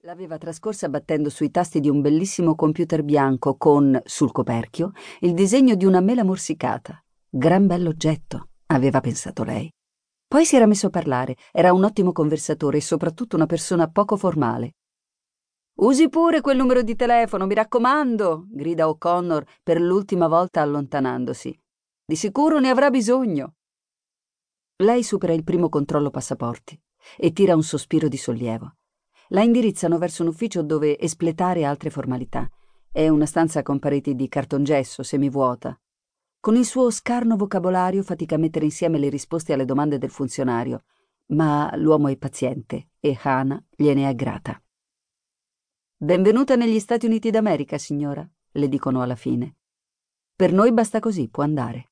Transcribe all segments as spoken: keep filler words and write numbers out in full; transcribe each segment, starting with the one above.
L'aveva trascorsa battendo sui tasti di un bellissimo computer bianco con, sul coperchio, il disegno di una mela morsicata. Gran bell'oggetto, aveva pensato lei. Poi si era messo a parlare, era un ottimo conversatore e soprattutto una persona poco formale. «Usi pure quel numero di telefono, mi raccomando!» grida O'Connor per l'ultima volta allontanandosi. «Di sicuro ne avrà bisogno!» Lei supera il primo controllo passaporti e tira un sospiro di sollievo. La indirizzano verso un ufficio dove espletare altre formalità. È una stanza con pareti di cartongesso, semivuota. Con il suo scarno vocabolario fatica a mettere insieme le risposte alle domande del funzionario, ma l'uomo è paziente e Hannah gliene è grata. «Benvenuta negli Stati Uniti d'America, signora», le dicono alla fine. «Per noi basta così, può andare».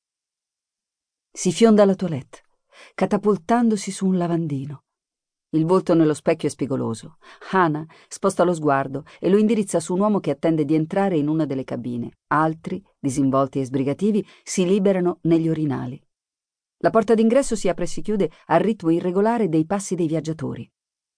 Si fionda alla toilette, catapultandosi su un lavandino. Il volto nello specchio è spigoloso. Hannah sposta lo sguardo e lo indirizza su un uomo che attende di entrare in una delle cabine. Altri, disinvolti e sbrigativi, si liberano negli orinali. La porta d'ingresso si apre e si chiude al ritmo irregolare dei passi dei viaggiatori.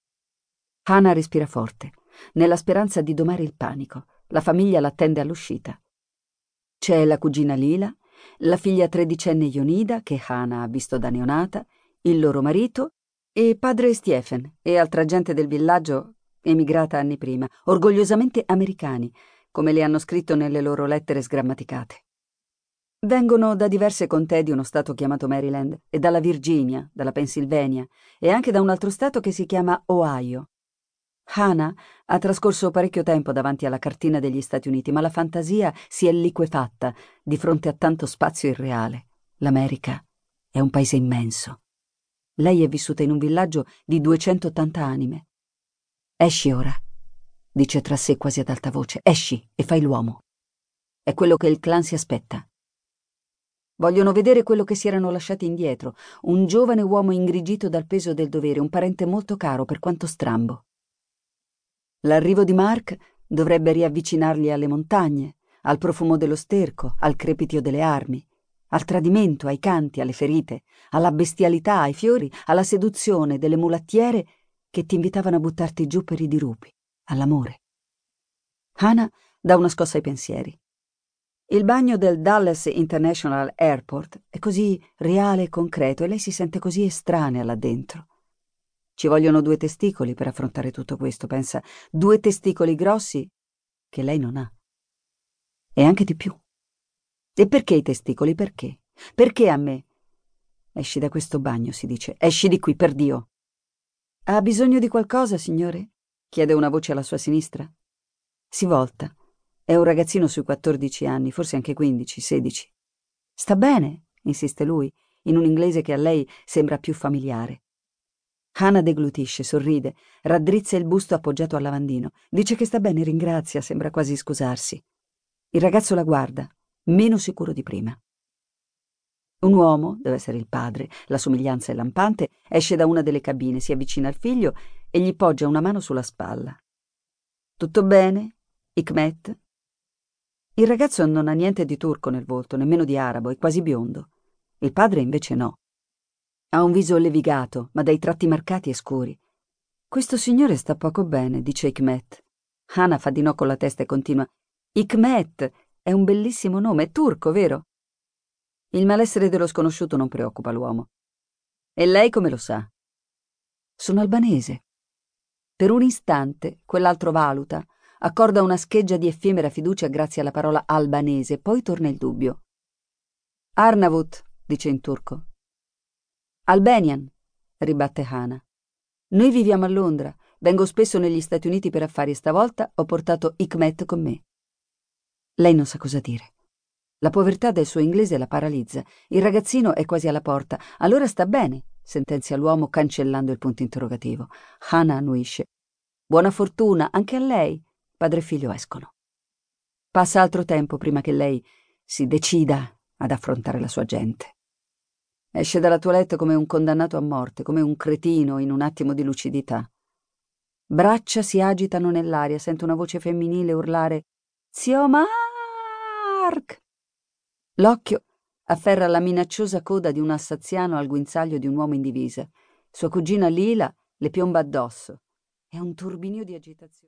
Hannah respira forte, nella speranza di domare il panico. La famiglia l'attende all'uscita. C'è la cugina Lila, la figlia tredicenne Jonida, che Hannah ha visto da neonata, il loro marito e padre Stephen e altra gente del villaggio emigrata anni prima, orgogliosamente americani, come le hanno scritto nelle loro lettere sgrammaticate. Vengono da diverse contee di uno stato chiamato Maryland e dalla Virginia, dalla Pennsylvania e anche da un altro stato che si chiama Ohio. Hannah ha trascorso parecchio tempo davanti alla cartina degli Stati Uniti, ma la fantasia si è liquefatta di fronte a tanto spazio irreale. L'America è un paese immenso. Lei è vissuta in un villaggio di duecentottanta anime. «Esci ora», dice tra sé quasi ad alta voce. «Esci e fai l'uomo. È quello che il clan si aspetta». Vogliono vedere quello che si erano lasciati indietro, un giovane uomo ingrigito dal peso del dovere, un parente molto caro per quanto strambo. L'arrivo di Mark dovrebbe riavvicinarli alle montagne, al profumo dello sterco, al crepitio delle armi, al tradimento, ai canti, alle ferite, alla bestialità, ai fiori, alla seduzione delle mulattiere che ti invitavano a buttarti giù per i dirupi, all'amore. Hannah dà una scossa ai pensieri. Il bagno del Dallas International Airport è così reale e concreto e lei si sente così estranea là dentro. Ci vogliono due testicoli per affrontare tutto questo, pensa, due testicoli grossi che lei non ha. E anche di più. E perché i testicoli? Perché? Perché a me? Esci da questo bagno, si dice. Esci di qui, per Dio. Ha bisogno di qualcosa, signore? Chiede una voce alla sua sinistra. Si volta. È un ragazzino sui quattordici anni, forse anche quindici, sedici. Sta bene, insiste lui, in un inglese che a lei sembra più familiare. Hannah deglutisce, sorride, raddrizza il busto appoggiato al lavandino. Dice che sta bene, ringrazia, sembra quasi scusarsi. Il ragazzo la guarda, meno sicuro di prima. Un uomo, deve essere il padre, la somiglianza è lampante, esce da una delle cabine, si avvicina al figlio e gli poggia una mano sulla spalla. «Tutto bene, Hikmet?» Il ragazzo non ha niente di turco nel volto, nemmeno di arabo, è quasi biondo. Il padre invece no. Ha un viso levigato, ma dai tratti marcati e scuri. «Questo signore sta poco bene», dice Hikmet. Hannah fa di no con la testa e continua. «Hikmet è un bellissimo nome, è turco, vero?» Il malessere dello sconosciuto non preoccupa l'uomo. «E lei come lo sa?» «Sono albanese». Per un istante quell'altro valuta, accorda una scheggia di effimera fiducia grazie alla parola albanese, poi torna il dubbio. «Arnavut», dice in turco. «Albanian», ribatte Hannah. «Noi viviamo a Londra, vengo spesso negli Stati Uniti per affari e stavolta ho portato Hikmet con me». Lei non sa cosa dire. La povertà del suo inglese la paralizza. Il ragazzino è quasi alla porta. «Allora sta bene», sentenzia l'uomo cancellando il punto interrogativo. Hannah annuisce. «Buona fortuna, anche a lei». Padre e figlio escono. Passa altro tempo prima che lei si decida ad affrontare la sua gente. Esce dalla toilette come un condannato a morte, come un cretino in un attimo di lucidità. Braccia si agitano nell'aria, sente una voce femminile urlare «Zio Mark!». L'occhio afferra la minacciosa coda di un assaziano al guinzaglio di un uomo in divisa. Sua cugina Lila le piomba addosso. È un turbinio di agitazione.